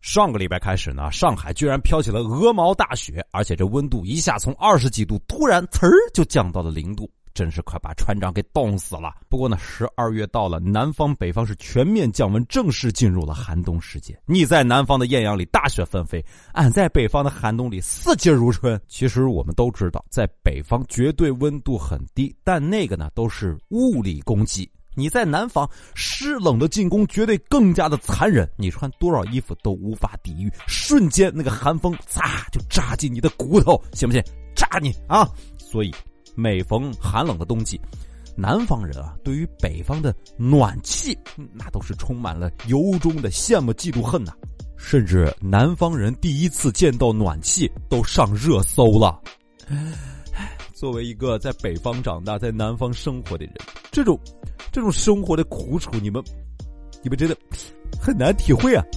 上个礼拜开始呢，上海居然飘起了鹅毛大雪，而且这温度一下从20几度突然就降到了0度，真是快把船长给冻死了。不过呢，12月到了，南方北方是全面降温，正式进入了寒冬时节。你在南方的艳阳里大雪纷飞，俺在北方的寒冬里四季如春。其实我们都知道，在北方绝对温度很低，但那个呢都是物理攻击。你在南方，湿冷的进攻绝对更加的残忍，你穿多少衣服都无法抵御，瞬间那个寒风就扎进你的骨头，信不信？扎你啊！所以每逢寒冷的冬季，南方人啊对于北方的暖气那都是充满了由衷的羡慕嫉妒恨呐，甚至南方人第一次见到暖气都上热搜了。作为一个在北方长大在南方生活的人，这种生活的苦楚你们真的很难体会啊。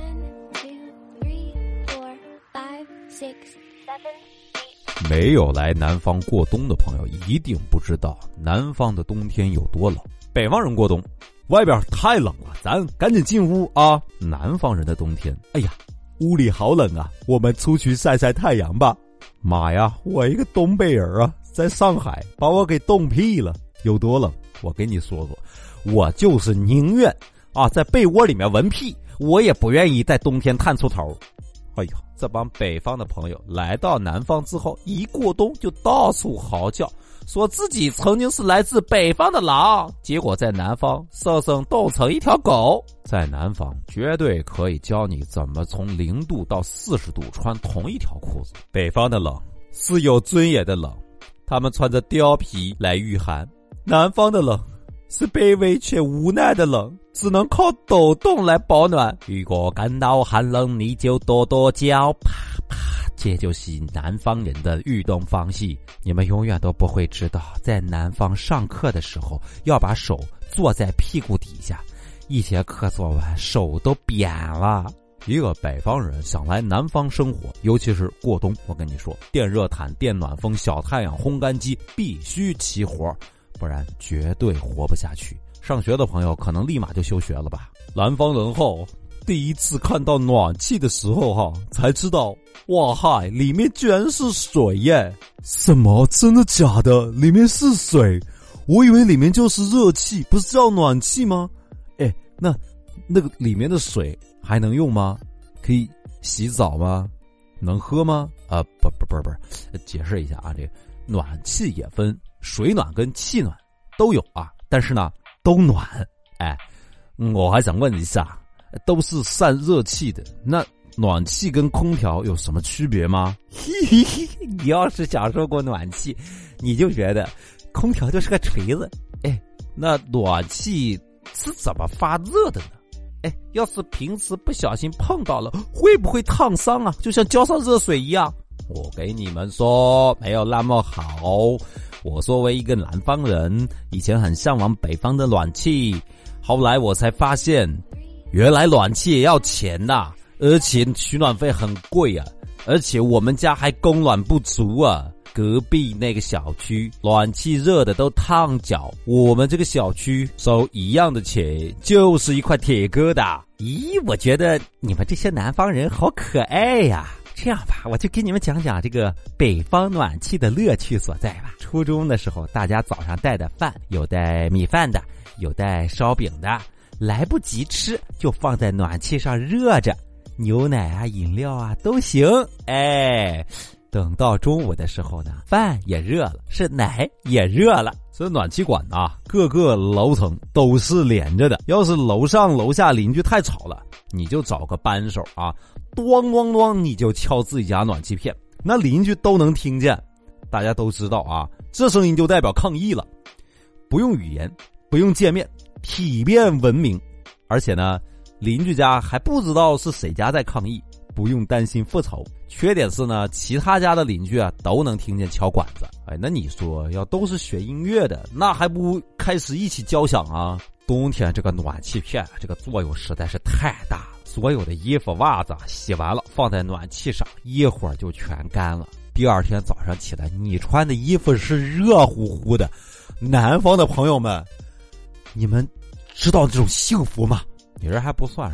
没有来南方过冬的朋友一定不知道南方的冬天有多冷。北方人过冬外边太冷了，咱赶紧进屋啊。南方人的冬天，哎呀，屋里好冷啊，我们出去晒晒太阳吧。妈呀，我一个东北人啊，在上海把我给冻屁了。有多冷我跟你说说，我就是宁愿在被窝里面闻屁，我也不愿意在冬天探出头。哎呀，这帮北方的朋友来到南方之后，一过冬就到处嚎叫，说自己曾经是来自北方的狼，结果在南方生生冻成一条狗。在南方绝对可以教你怎么从0度到40度穿同一条裤子。北方的冷是有尊严的冷，他们穿着貂皮来御寒。南方的冷是卑微却无奈的冷，只能靠抖动来保暖。如果感到寒冷，你就跺跺脚，啪啪，这就是南方人的运动方式。你们永远都不会知道，在南方上课的时候要把手坐在屁股底下，一节课做完手都扁了。一个北方人想来南方生活，尤其是过冬，我跟你说，电热毯、电暖风、小太阳、烘干机必须齐活，不然绝对活不下去。上学的朋友可能立马就休学了吧。南方人后第一次看到暖气的时候才知道，哇嗨，里面居然是水耶！什么？真的假的？里面是水？我以为里面就是热气，不是叫暖气吗？那个里面的水还能用吗？可以洗澡吗？能喝吗？不，解释一下啊，这暖气也分水暖跟气暖都有啊，但是呢都暖。我还想问一下，都是散热气的，那暖气跟空调有什么区别吗？你要是享受过暖气，你就觉得空调就是个锤子。那暖气是怎么发热的呢？要是平时不小心碰到了，会不会烫伤啊？就像浇上热水一样。我给你们说，没有那么好。我作为一个南方人，以前很向往北方的暖气，后来我才发现，原来暖气也要钱呐，而且取暖费很贵啊，而且我们家还供暖不足啊。隔壁那个小区暖气热的都烫脚，我们这个小区收一样的钱就是一块铁疙瘩。咦，我觉得你们这些南方人好可爱呀。这样吧，我就给你们讲讲这个北方暖气的乐趣所在吧。初中的时候，大家早上带的饭，有带米饭的，有带烧饼的，来不及吃就放在暖气上热着，牛奶啊、饮料啊都行。等到中午的时候呢，饭也热了，是奶也热了。这暖气管啊，各个楼层都是连着的。要是楼上楼下邻居太吵了，你就找个扳手啊，咣咣咣，你就敲自己家暖气片，那邻居都能听见。大家都知道啊，这声音就代表抗议了。不用语言，不用见面，体面文明。而且呢，邻居家还不知道是谁家在抗议，不用担心复仇。缺点是呢，其他家的邻居啊都能听见敲管子。那你说要都是学音乐的，那还不开始一起交响啊？冬天这个暖气片这个作用实在是太大了，所有的衣服袜子洗完了放在暖气上，一会儿就全干了。第二天早上起来，你穿的衣服是热乎乎的。南方的朋友们，你们知道这种幸福吗？你这还不算什么，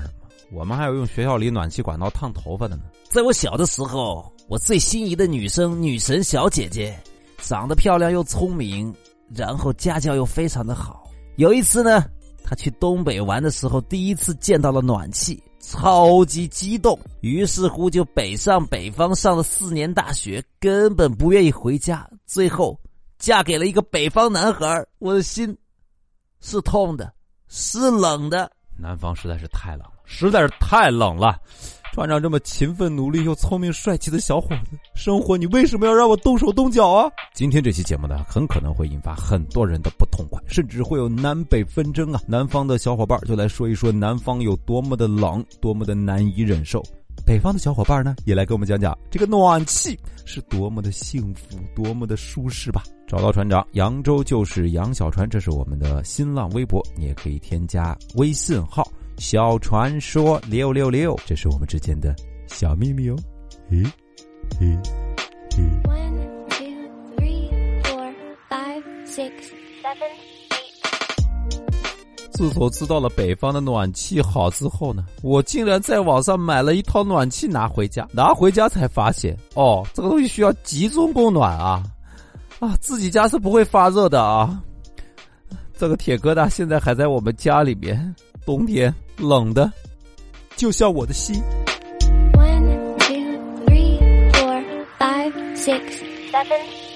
我们还有用学校里暖气管道烫头发的呢。 在我小的时候，我最心仪的女生女神小姐姐，长得漂亮又聪明，然后家教又非常的好。有一次呢，她去东北玩的时候，第一次见到了暖气，超级激动，于是乎就北上北方上了4年大学，根本不愿意回家，最后嫁给了一个北方男孩。我的心是痛的，是冷的。 南方实在是太冷了，实在是太冷了。船长这么勤奋努力又聪明帅气的小伙子，生活你为什么要让我动手动脚啊？今天这期节目呢，很可能会引发很多人的不痛快，甚至会有南北纷争啊。南方的小伙伴就来说一说南方有多么的冷，多么的难以忍受。北方的小伙伴呢，也来跟我们讲讲这个暖气是多么的幸福，多么的舒适吧。找到船长，扬州就是杨小船，这是我们的新浪微博，你也可以添加微信号小传说666，这是我们之间的小秘密哦。1 2 3 4 5 6 7 自从知道了北方的暖气好之后呢，我竟然在网上买了一套暖气拿回家才发现，这个东西需要集中供暖啊，自己家是不会发热的啊。这个铁疙瘩现在还在我们家里面，冬天冷的就像我的心。1 2 3 4 5 6 7